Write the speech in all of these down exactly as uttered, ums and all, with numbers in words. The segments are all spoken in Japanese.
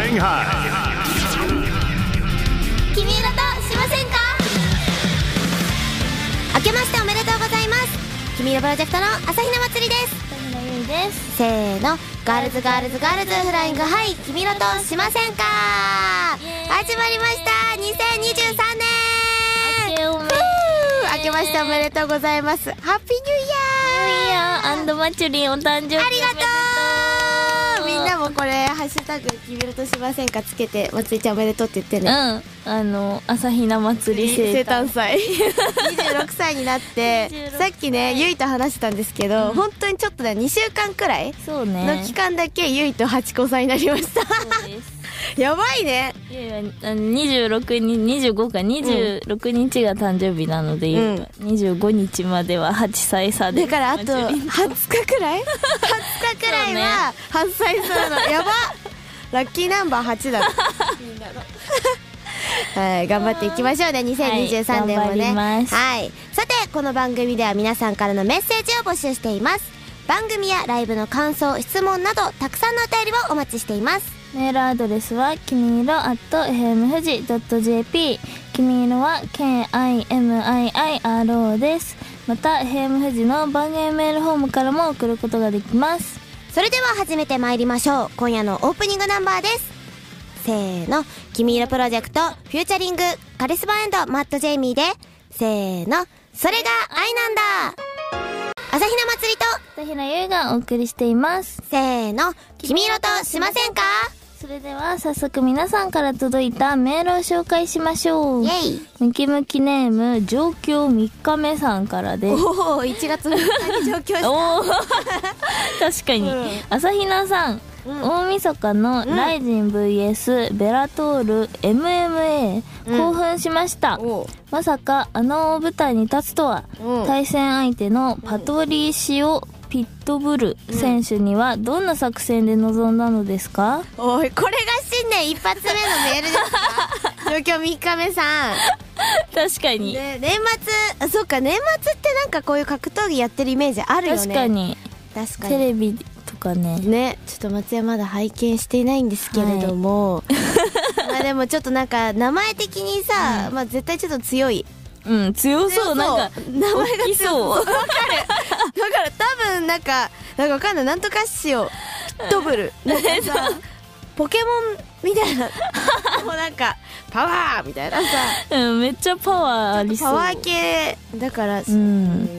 Flying High。 君色としませんか。明けましておめでとうございます。君色プロジェクトの朝比奈まつりです。 田村ゆいです。 せーの、ガールズガールズガールズフライングハイ、君色としませんか。始まりました。にせんにじゅうさんねん。 明けおめ明けましておめでとうございます。ハッピーニューイヤー。 いやー、アンドマチュリンお誕生日ありがとう。みんなもこれハッシュタグ君色としませんかつけて、まつりちゃんおめでとうって言ってね。 うん、あの朝比奈祭り生誕祭にじゅうろくさいになってさっきねゆいと話してたんですけど、うん、本当にちょっとねにしゅうかんくらいそうねの期間だけゆいとはちこさいになりました。 そうですやばいね。 いやいや、にじゅうろくにち、にじゅうごか、にじゅうろくにちが誕生日なので、うん、にじゅうごにちまでははちさい差で。 だからあとはつかくらいはつかくらいははっさい差なの。やばラッキーナンバーはちだみんなのはい、頑張っていきましょうね。にせんにじゅうさんねんもね。 はい、 はい、さてこの番組では皆さんからのメッセージを募集しています。番組やライブの感想、質問などたくさんのお便りをお待ちしています。 メールアドレスはきみいろ アットエフエムフジドットジェーピー、 きみいろは ケーアイエムアイアイアールオー です。また エフエム フジの番組メールフォームからも送ることができます。 それでは始めてまいりましょう。今夜のオープニングナンバーです。せーの、君色プロジェクトフューチャリングカリスマエンドマット・ジェイミーで、せーの、それが愛なんだ。朝比奈まつりと田平優がお送りしています。 せーの、君色としませんか。 それでは早速皆さんから届いたメールを紹介しましょう。 イェイ。 ムキムキネーム上京みっかめさんからです。 おお、いちがつむいかに上京したお確かに、うん、朝比奈さん、うん、大晦日のライジン ブイエス ベラトール エムエムエー、うん、興奮しました、うん、まさかあの大舞台に立つとは、うん、対戦相手のパトリシオピットブル選手にはどんな作戦で臨んだのですか。 うん、おい、これが新年一発目のメールですか。上京みっかめさん確かに、 ね、年末、あ、そっか、年末ってなんかこういう格闘技やってるイメージあるよね。 確かに確かにテレビとかね。 ね、ちょっと松山まだ拝見していないんですけれども、はい、まあでもちょっとなんか名前的にさ、うん、まあ絶対ちょっと強い。 うん、強そう。なんか名前が強そう。わかる。だから多分なんかなんかわかんない、なんとかしようピットブルなんかさポケモンみたいなもうなんかパワーみたいなさ、 うん、めっちゃパワーありそう。 パワー系だから、 うん、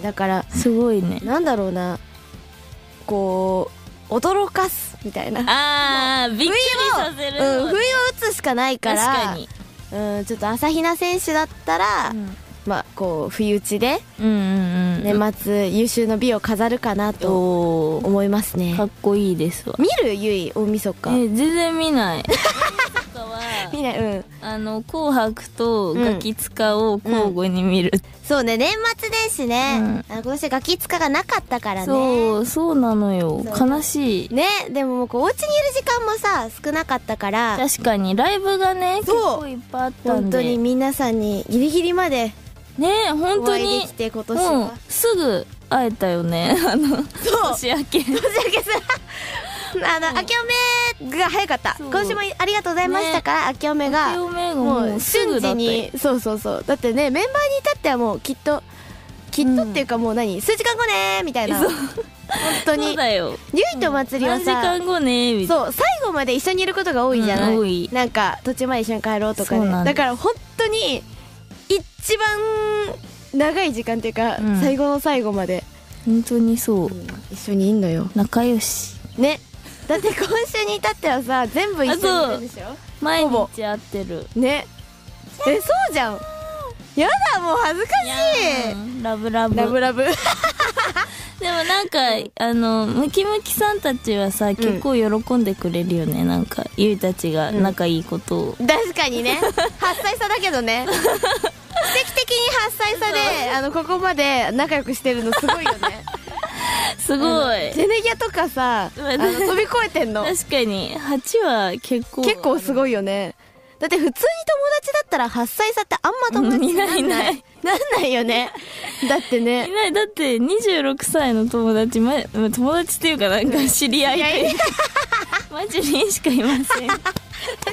だからすごいね。 なんだろうな、こう驚かすみたいな。 あー、びっくりさせる、 うん、不意を打つしかないから。 確かに、 うん、ちょっと朝比奈選手だったら、うん、まあこう不意打ちで年末優秀の美を飾るかなと思いますね。 かっこいいですわ。 見る？ゆい大晦日。 え、全然見ない見ない。うん、 あの紅白とガキツカを交互に見る、うんうん、 そうね、年末ですしね、うん、あの今年ガキツカがなかったからね。 そうそうなのよ、悲しいね。でももうこうお家にいる時間もさ少なかったから。 確かにライブがね結構いっぱいあったんで、 本当に皆さんにギリギリまでね、本当にお会いできて今年は、 うん、すぐ会えたよね。あのそう年明け年明けさあの、うん、明けおめが早かった。今週もありがとうございましたから、ね、明けおめがもう瞬時に、そうそうそう、だってねメンバーに至ってはもうきっときっとっていうかもう何、うん、数時間後ねーみたいな、本当に。 そうだよ。 ゆいとまつりはさ、 何時間後ねーみたいな。 そう、最後まで一緒にいることが多いじゃない、うん、多い。なんか途中まで一緒に帰ろうとかね。だから本当に一番長い時間っていうか、うん、最後の最後まで本当にそう、うん、 一緒にいんのよ。 仲良しね。 だって今週に至ってはさ全部一緒にいるんでしょ。 毎日会ってるね。え、そうじゃん。やだ、もう恥ずかしい。 ラブラブラブラブでもなんかあのムキムキさんたちはさ、うん、結構喜んでくれるよね。なんかゆいたちが仲いいことを、 うん、確かにねはっさい差だけどね奇跡的にはっさい差であのここまで仲良くしてるのすごいよねすごい。 ジェネギャとかさ、あの飛び越えてんの。 確かにはちは結構結構すごいよね。だって普通に友達だったらはっさい差ってあんま友達になんない、うん、いないいないなんないよね。だってね、 いない。だってにじゅうろくさいの友達、ま、友達っていうかなんか知り合いでマジリンしかいません確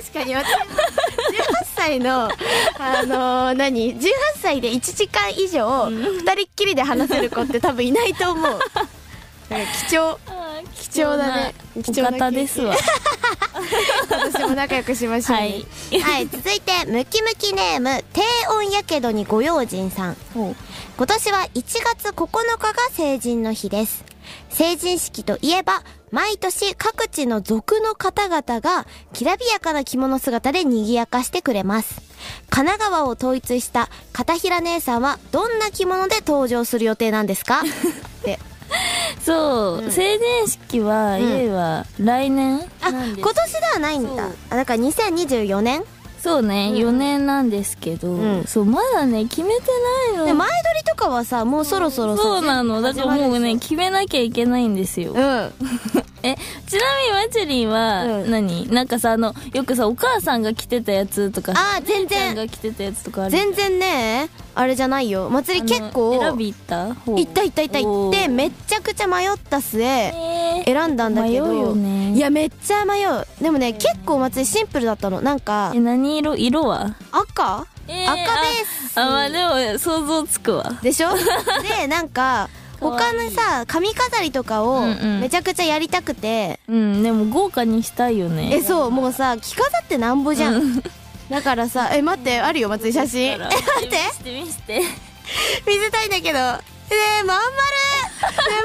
確かに私もじゅうはっさいのあのー、何じゅうはっさいでいちじかん以上ふたりっきりで話せる子って多分いないと思う。貴重貴重だね。 貴重なお方ですわ。 私も仲良くしましょう、ね。はい、はい、続いてムキムキネーム低温やけどにご用心さん。今年はいちがつここのかが成人の日です。成人式といえば毎年各地の族の方々がきらびやかな着物姿で賑やかしてくれます。神奈川を統一した片平姉さんはどんな着物で登場する予定なんですか？ってそう、うん、成人式は、ゆいは来年あ、今年ではないんだ。あ、だからにせんにじゅうよねん。 そうね、うん、よねんなんですけど、うん、そうまだね決めてないの。 で前撮りとかはさもうそろそろそうなの。だからもうね決めなきゃいけないんですよ。うんえちなみにマチュリンは何、うん、なんかさあのよくさお母さんが着てたやつとかあ全然が着てたやつとかある。 全然ねあれじゃないよ。祭り結構選び行った行った行った行った行ってめっちゃくちゃ迷った末選んだんだけど、迷うよね。いやめっちゃ迷う。でもね結構祭りシンプルだったの。なんかえ何色色は赤、えー、赤ベース。 ああまあでも想像つくわでしょでなんか他のさ髪飾りとかをめちゃくちゃやりたくて、 うん、うん、でも豪華にしたいよね。 えそうもうさ着飾ってなんぼじゃん、うん、だからさえ待ってあるよ祭り写真え待って見せて見せて見せたいんだけどねえまんまるねえまんまる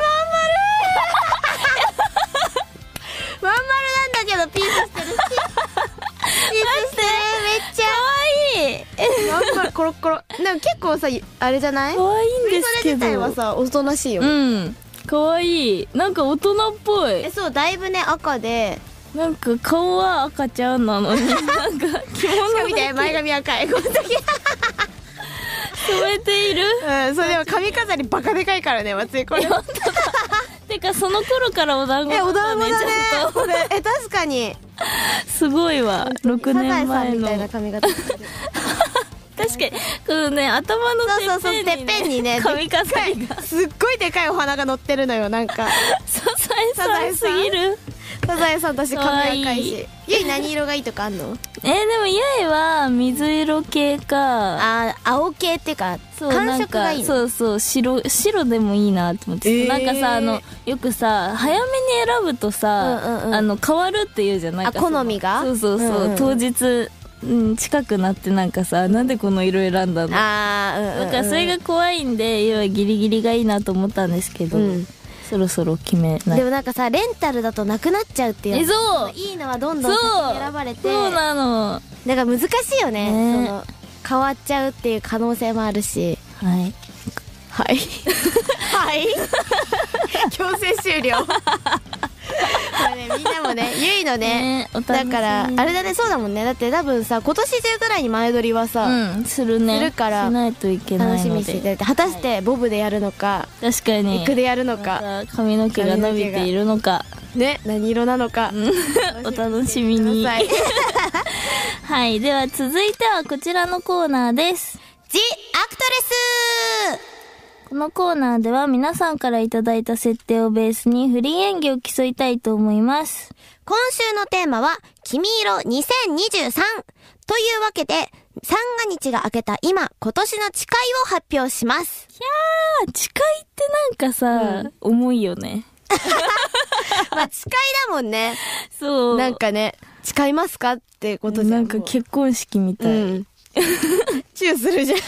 まん丸なんだけどピースしてるしピースしてるめっちゃ可愛いまん丸コロッコロ。でも結構さあれじゃない？ 可愛いんですけどそれ自体はさおとなしいよ。 うん可愛い。なんか大人っぽい。 えそうだいぶね赤でなんか顔は赤ちゃんなのになんか着物みたい前髪赤いこの時染めている。 うんそれでも髪飾りバカでかいからね松井これてかその頃からお団子だね。えお団子だねえ確かにすごいわ。ろくねんまえのみたいな髪型確かにこのね頭のてっぺんに、ね、そうそうそうてっぺんにね髪飾りがすっごいでかいお花が乗ってるのよ。なんかサザエさんすぎる。 サザエさんとして髪赤いし。ゆい何色がいいとかあんの？ えー、でもゆいは水色系かあ青系っていうか寒色がいいの？ そうそう白白でもいいなと思って、えー、なんかさあのよくさ早めに選ぶとさ、うんうんうん、あの変わるっていうじゃないか。 あ好みがそうそうそう、うんうん、当日うん、近くなってなんかさなんでこの色選んだのあ、うんうんうん、 だからそれが怖いんで要はギリギリがいいなと思ったんですけど、うん、そろそろ決めない。 でもなんかさレンタルだとなくなっちゃうっていう。 えそういいのはどんどん先に選ばれてそうなのだから難しいよね、ねその変わっちゃうっていう可能性もあるし。 はいはいはい強制終了これねみんなもねゆいのね、ねだからあれだねそうだもんね。だって多分さ今年中ぐらいに前撮りはさ、 うん、するねするからしないといけないので楽しみにしていただいて果たしてボブでやるのか、 はい、確かに陸でやるのか、 ま、髪の毛が伸びているのかね何色なのかお楽しみにはいでは続いてはこちらのコーナーです。 ジ・アクトレス。 このコーナーでは皆さんからいただいた設定をベースにフリー演技を競いたいと思います。 今週のテーマは君色にせんにじゅうさんというわけで三が日が明けた今今年の誓いを発表します。 いやー誓いってなんかさ、うん、重いよねまあ誓いだもんね。 そうなんかね誓いますかってことじゃん。 なんか結婚式みたい、うん、 チューするじゃん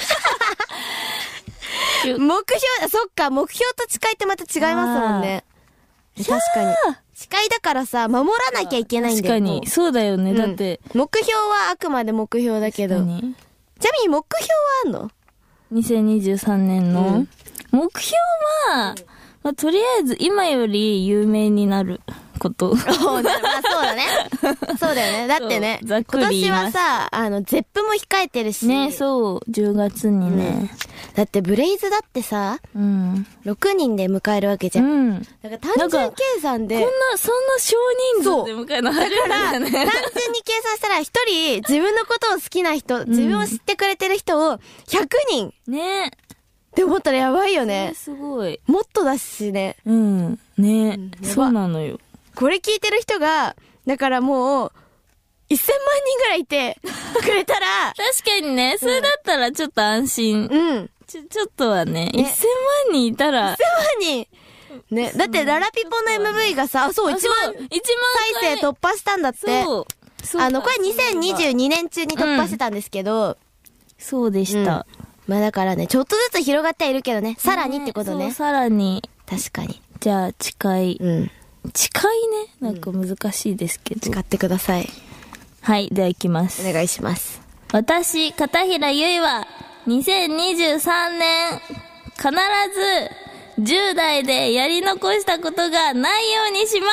目標そっか目標と誓いってまた違いますもんね。確かに誓いだからさ守らなきゃいけないんだよ。 確かにそうだよね、うん、だって目標はあくまで目標だけど。ちなみに目標はあんの？ にせんにじゅうさんねんの、うん、目標は、まあ、とりあえず今より有名になることまあそうだねそうだよね。だってね今年はさあのゼップも控えてるしね。そうじゅうがつにね、 うん、だってブレイズだってさ、うん、ろくにんで迎えるわけじゃん、うん、だから単純計算でこんなそんな少人数で迎えるの初めてだね。 だから単純に計算したら一人自分のことを好きな人、自分を知ってくれてる人をひゃくにんねって思ったらやばいよね。 すごいもっとだしね。 うんね、うん、そうなのよ。 これ聞いてる人がだからもういっせんまんにんぐらいいてくれたら確かにね、それだったらちょっと安心。 うん。 ちょ、ちょっとはね、 ねいっせんまんにんいたら。 いっせんまんにんね、だってララピポの エムブイ がさ、そう、いちまん再生突破したんだって。そう。あの、これにせんにじゅうにねん中に突破してたんですけど。うん、 そうでした。 うん、まあだからね、ちょっとずつ広がってはいるけどね、さらにってことね。 そう、さらに。 確かに。 じゃあ、誓い。 うん。 誓いね。なんか難しいですけど。 誓ってください。 はい、では行きます。 お願いします。 私、片平ゆいは、にせんにじゅうさんねん、必ず、じゅう代でやり残したことがないようにします。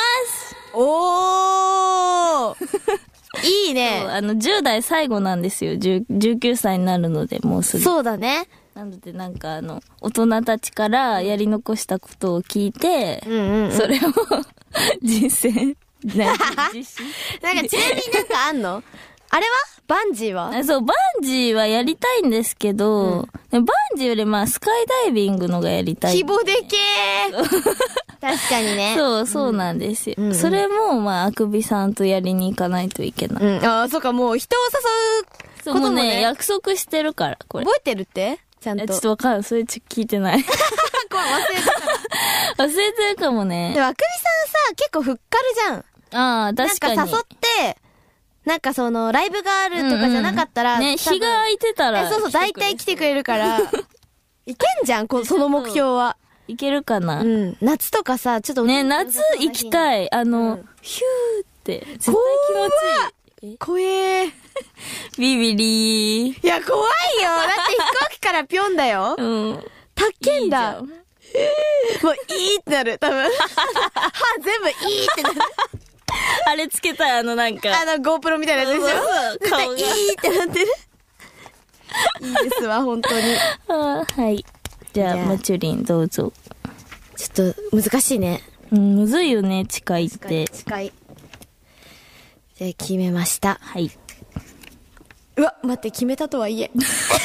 おーいいね。 あの、じゅう代最後なんですよ。じゅうきゅうさいになるので、もうすぐ。 そうだね。 なので、なんかあの、大人たちからやり残したことを聞いて、うんうんうん、それを実践。なんか実施なんかちなみになんかあんのあれはバンジーはそう、バンジーはやりたいんですけど、うん、バンジーよりまあスカイダイビングのがやりたい。 規模でけー確かにね。 そう、そうなんですよ。うんうん、それもまああくびさんとやりに行かないといけない。 うん、ああ、そうか、もう人を誘うこともね。 もうね、約束してるから、これ。 覚えてるってちゃんと。 ちょっとわかんない。それちょっと聞いてない。 これ忘れたから。 忘れてるかもね。 でもあくびさんさ、結構ふっかるじゃん。ああ、確かに。なんか誘って、なんかその、ライブがあるとかじゃなかったら、うんうん、 ね、日が空いてたら。 そうそう、大体来てくれるから、いけんじゃん、こその目標は。 いけるかな。 うん。夏とかさ、ちょっと。 ね、夏行きたい。あの、うん、ヒューって、絶対気持ちいい。 怖え。 ビビリー。 いや、怖いよ。だって飛行機からぴょんだよ。うん。たっけんだ。いいもういいってなる、多分。歯全部いいってなる。 あれつけたい、あのなんか。 あの GoPro みたいなやつでしょ。そうそう顔が。いいってなってる。いいですわ、本当に。 あはい。じゃあ、マチュリンどうぞ。 ちょっと難しいね。 うん、むずいよね、誓いって。 誓い。じゃあ決めました。 はい。 うわ、待って、決めたとはいえ。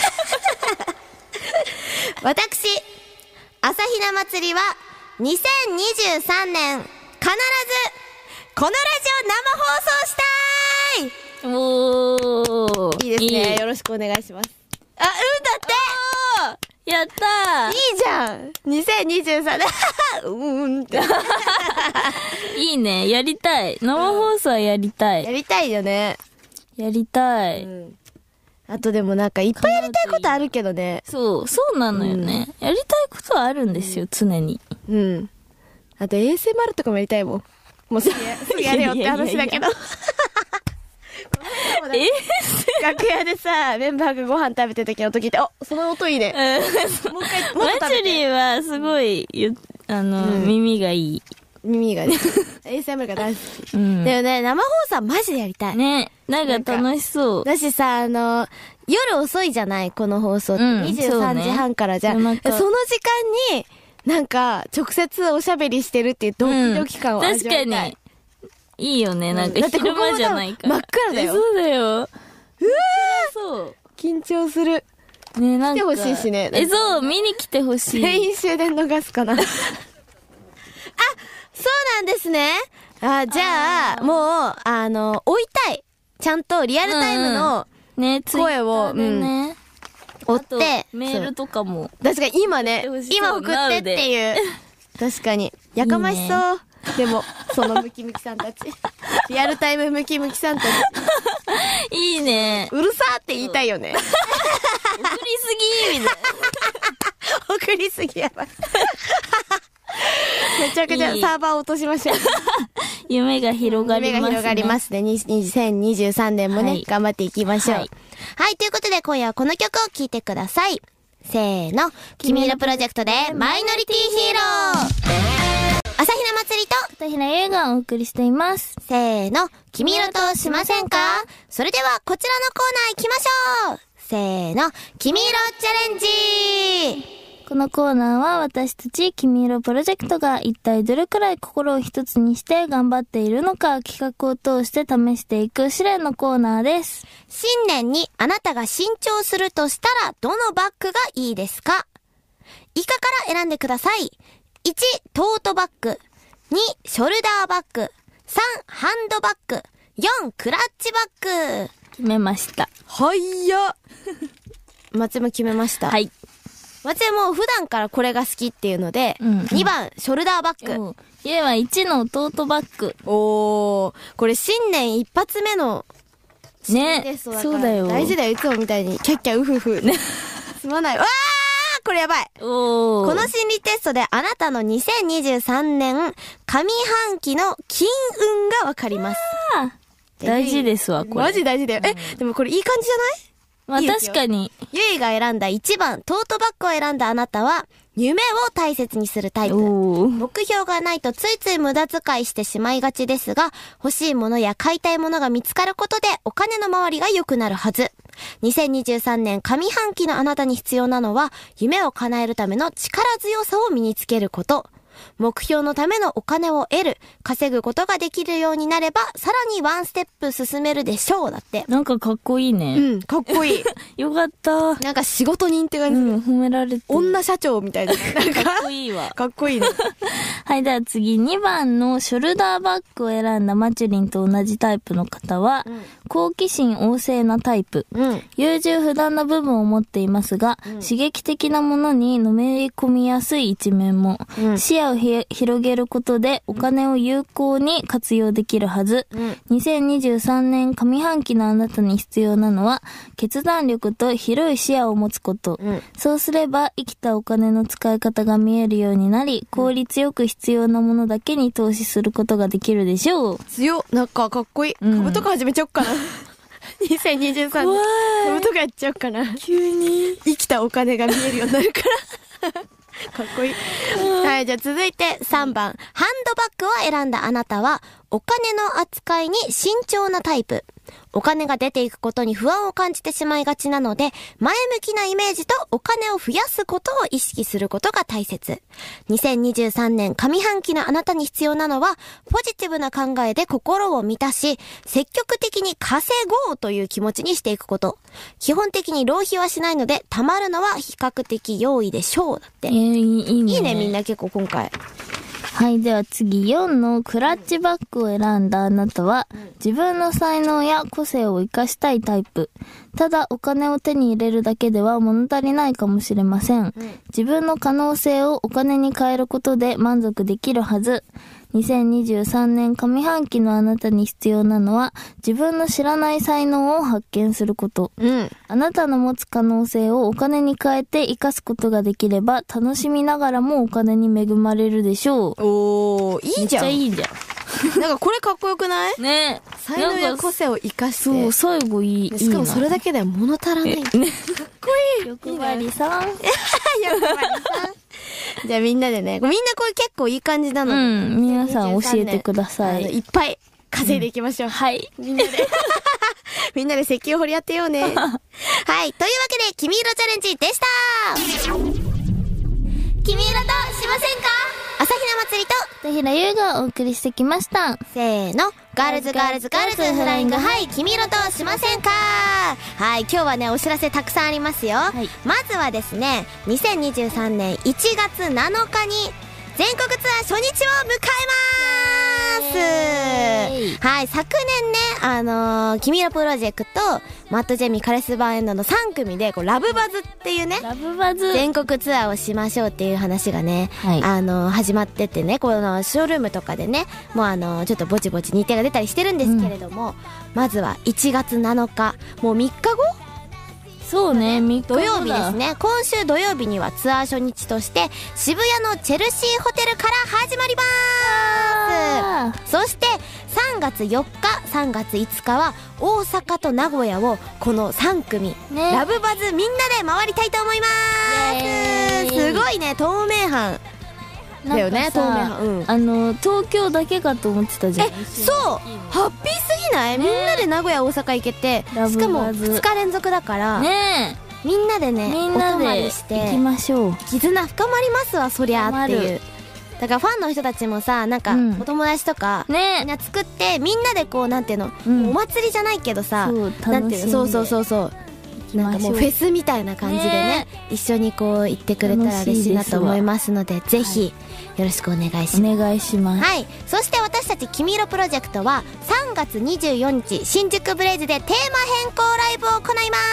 私、朝比奈祭りはにせんにじゅうさんねん必ずこのラジオ生放送したい。 おー、 いいですね。いいよろしくお願いします。あ、うんだってやったー。 いいじゃん。にせんにじゅうさんねん。うんって。 いいね。やりたい。生放送はやりたい。 やりたいよね。 やりたい。うん、 あとでもなんかいっぱいやりたいことあるけどね。 そう、そうなのよね。うん、やりたいことはあるんですよ、うん、常に。 うん。あと エーエスエムアール とかもやりたいもん。もうすぐやれよって話だけど。え楽屋でさ、メンバーがご飯食べてる時の時って、あ、その音いいね。 うん、もう一回、もっと食べて。マチュリーはすごい、あの、うん、耳がいい。 耳がね。エーエスエムアール が大好き。うん、でもね、生放送はマジでやりたい。 ね。なんか楽しそう。 だしさ、あの、夜遅いじゃないこの放送って。うん、にじゅうさんじはんからじゃん。その時間に、なんか、直接おしゃべりしてるっていうドキドキ感を味わいたい。 うん、確かに。いいよね、なんか昼間じゃないから。 真っ暗だよ。 そうだよ。うわそう。緊張する。 ね、なんか。 来てほしいしね。 え、そう、見に来てほしい。 全員終電逃すかな。あ、そうなんですね。あ、じゃあ、もう、あの、追いたい。ちゃんとリアルタイムの声を、 うん、ね、 追って。 メールとかも。 確かに今ね、今送ってっていう。確かに。やかましそう。でも、そのムキムキさんたち。リアルタイムムキムキさんたち。 いいね。 うるさーって言いたいよね。 送りすぎみたいな。 送りすぎやばい。めちゃくちゃサーバー落としました。 夢が広がりますね。 夢が広がりますね。にせんにじゅうさんねんもね、はい、頑張っていきましょう。はい、はい、ということで今夜はこの曲を聴いてください。せーの。君色プロジェクトでマイノリティヒーロー。朝比奈祭りと片平優がお送りしています。 せーの。君色としませんか？それではこちらのコーナー行きましょう。せーの。君色チャレンジ。 このコーナーは私たち君色プロジェクトが一体どれくらい心を一つにして頑張っているのか企画を通して試していく試練のコーナーです。 新年にあなたが新調するとしたらどのバッグがいいですか？以下から選んでください。いち、トートバッグ。に、ショルダーバッグ。さん、ハンドバッグ。 よん、クラッチバッグ。 決めました。 はいや。松江も決めました。 はい。 松江も普段からこれが好きっていうので、うんうん、にばん、ショルダーバッグ。 ゆえはいちのトートバッグ。 おー、これ新年一発目の新テストだから、ね、そうだよ。大事だよ、いつもみたいに。キャッキャウフフ。ね。すまない。わーこれやばい。おー。この心理テストであなたのにせんにじゅうさんねん上半期の金運がわかります。 大事ですわ、これ。 マジ大事だよ。え、でもこれいい感じじゃない？ まあ確かに。 ゆいが選んだいちばん、トートバッグを選んだあなたは、夢を大切にするタイプ。目標がないとついつい無駄遣いしてしまいがちですが、欲しいものや買いたいものが見つかることでお金の回りが良くなるはず。にせんにじゅうさんねん上半期のあなたに必要なのは、夢を叶えるための力強さを身につけること。目標のためのお金を得る、稼ぐことができるようになれば、さらにワンステップ進めるでしょう。だって。 なんかかっこいいね。 うん、かっこいい。 よかった。 なんか仕事人って感じ。うん、 褒められて。 女社長みたいな。なんか。 かっこいいわ。 かっこいいね。 はい、では次、にばんのショルダーバッグを選んだマチュリンと同じタイプの方は、うん、好奇心旺盛なタイプ。うん、優柔不断な部分を持っていますが、うん、刺激的なものにのめり込みやすい一面も、うん、視野を広げることでお金を有効に活用できるはず。うん、にせんにじゅうさんねん上半期のあなたに必要なのは、決断力と広い視野を持つこと。うん、そうすれば生きたお金の使い方が見えるようになり、効率よく必要なものだけに投資することができるでしょう。 強っ。なんかかっこいい。株とか始めちゃおっかな。にせんにじゅうさんねん。株とかやっちゃおうかな。 急に。 生きたお金が見えるようになるから。かっこいい。はい、じゃあ続いてさんばん。ハンドバッグを選んだあなたは、お金の扱いに慎重なタイプ。お金が出ていくことに不安を感じてしまいがちなので、前向きなイメージとお金を増やすことを意識することが大切。にせんにじゅうさんねん上半期のあなたに必要なのは、ポジティブな考えで心を満たし、積極的に稼ごうという気持ちにしていくこと。基本的に浪費はしないので、貯まるのは比較的容易でしょう。だって。えー、いいね。いいね、みんな結構今回。 はい、では次よんのクラッチバッグを選んだあなたは、うん、自分の才能や個性を生かしたいタイプ。ただお金を手に入れるだけでは物足りないかもしれません。うん、自分の可能性をお金に変えることで満足できるはず。にせんにじゅうさんねん上半期のあなたに必要なのは、自分の知らない才能を発見すること。うん、あなたの持つ可能性をお金に変えて生かすことができれば、楽しみながらもお金に恵まれるでしょう。 おー、いいじゃん。 めっちゃいいじゃん。なんかこれかっこよくない？ ね。 才能や個性を生かして。 そう、最後いい。 しかもそれだけでは物足らない。ね。かっこいい。 欲張りさん。欲張りさん。じゃあみんなでね、みんなこれ結構いい感じなので。 うん、皆さん教えてください。 いっぱい稼いでいきましょう。うん、 はい。 みんなで。みんなで石油掘り合ってようね。はい。というわけで、君色チャレンジでした。君色としませんか？朝比奈まつりと田平優がお送りしてきました。 せーの。ガールズガールズガールズフライングはい君色としませんか？はい、今日はねお知らせたくさんありますよ。はい、まずはですね、にせんにじゅうさんねんいちがつなのかに全国ツアー初日を迎えます。はい、昨年ね、あのー、君色プロジェクト、マットジェミカレスバーエンドのさん組でこうラブバズっていうね、 ラブバズ全国ツアーをしましょうっていう話がね、はい、あのー、始まっててね、このショールームとかでね、もうあのー、ちょっとぼちぼち日程が出たりしてるんですけれども、うん、まずはいちがつなのか、もうみっかごそうね、みっかご土曜日ですね。今週土曜日にはツアー初日として渋谷のチェルシーホテルから始まります。そしてさんがつよっか、さんがついつかは大阪と名古屋をこのさん組、ね、ラブバズみんなで回りたいと思います。すごいね、透明版だよね、透明版、うん、 あの東京だけかと思ってたじゃん。 え、そう、ハッピーすぎない？ね、みんなで名古屋大阪行けて、しかもふつか連続だからね、みんなでね、 みんなで行きましょう。 絆深まりますわ、そりゃっていう。だからファンの人たちもさ、なんかお友達とか、うん、ね、みんな作ってみんなでこうなんていうの、うん、お祭りじゃないけどさ、なんていうの、そうそうそうそう、 なんかもうフェスみたいな感じでね、ね一緒にこう行ってくれたら嬉しいなと思いますので、ぜひよろしくお願いします。 お願いします。 はい。そして私たち君色プロジェクトはさんがつにじゅうよっか新宿ブレイズでテーマ変更ライブを行います。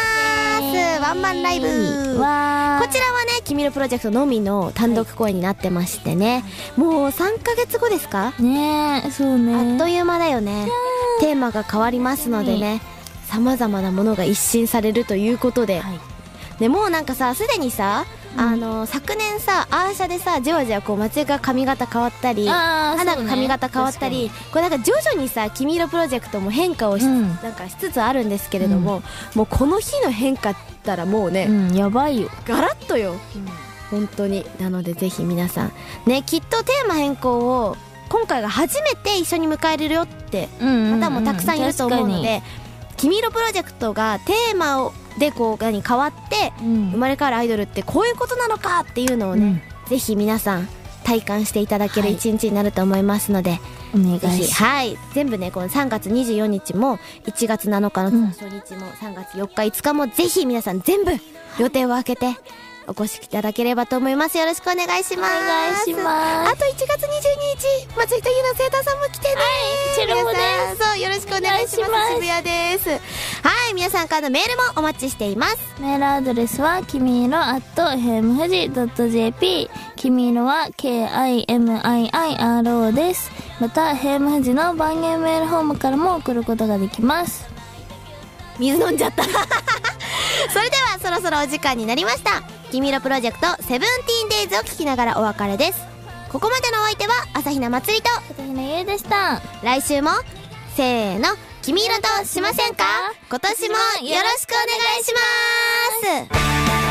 ワンマンライブ。わこちらはね君色プロジェクトのみの単独公演になってましてね、もうさんかげつごですかね。そうね、 あっという間だよね。テーマが変わりますのでね、さまざまなものが一新されるということで、はい、でもうなんかさすでにさ、うん、あの昨年さアーシャでさじわじわこう松井が髪型変わったり、花が髪型変わったり、これなんか徐々にさ君色プロジェクトも変化をし、うん、なんかしつつあるんですけれども、うん、もうこの日の変化ったらもうね、うん、 やばいよ、 ガラッとよ、うん、本当に。なのでぜひ皆さんね、きっとテーマ変更を今回が初めて一緒に迎えれるよって方もたくさんいると思うので、君色プロジェクトがテーマをでこうに変わって生まれ変わるアイドルってこういうことなのかっていうのをね、うん、ぜひ皆さん体感していただける一日になると思いますので、 お願いします。 はい、全部ねこのさんがつにじゅうよっかもいちがつなのかの初日もさんがつよっかいつかもぜひ皆さん全部予定を空けてお越しいただければと思います。よろしくお願いします。 お願いします。 あといちがつにじゅうににち松井とゆうの生誕さんも来てね。 はい、チェルモです。 そうよろしくお願いします。渋谷です。はい、皆さんからのメールもお待ちしています。 メールアドレスはきみいろ アット エフエム フジ ドット ジェーピー きみいろは ケーアイエムアイアイアールオー です。また エフエム フジの番組メールフォームからも送ることができます。 水飲んじゃったそれではそろそろお時間になりました。君色プロジェクトセブンティーンデイズを聞きながらお別れです。ここまでのお相手は朝比奈まつりと朝比奈ゆうでした。 来週もせーの君色としませんか。今年もよろしくお願いします。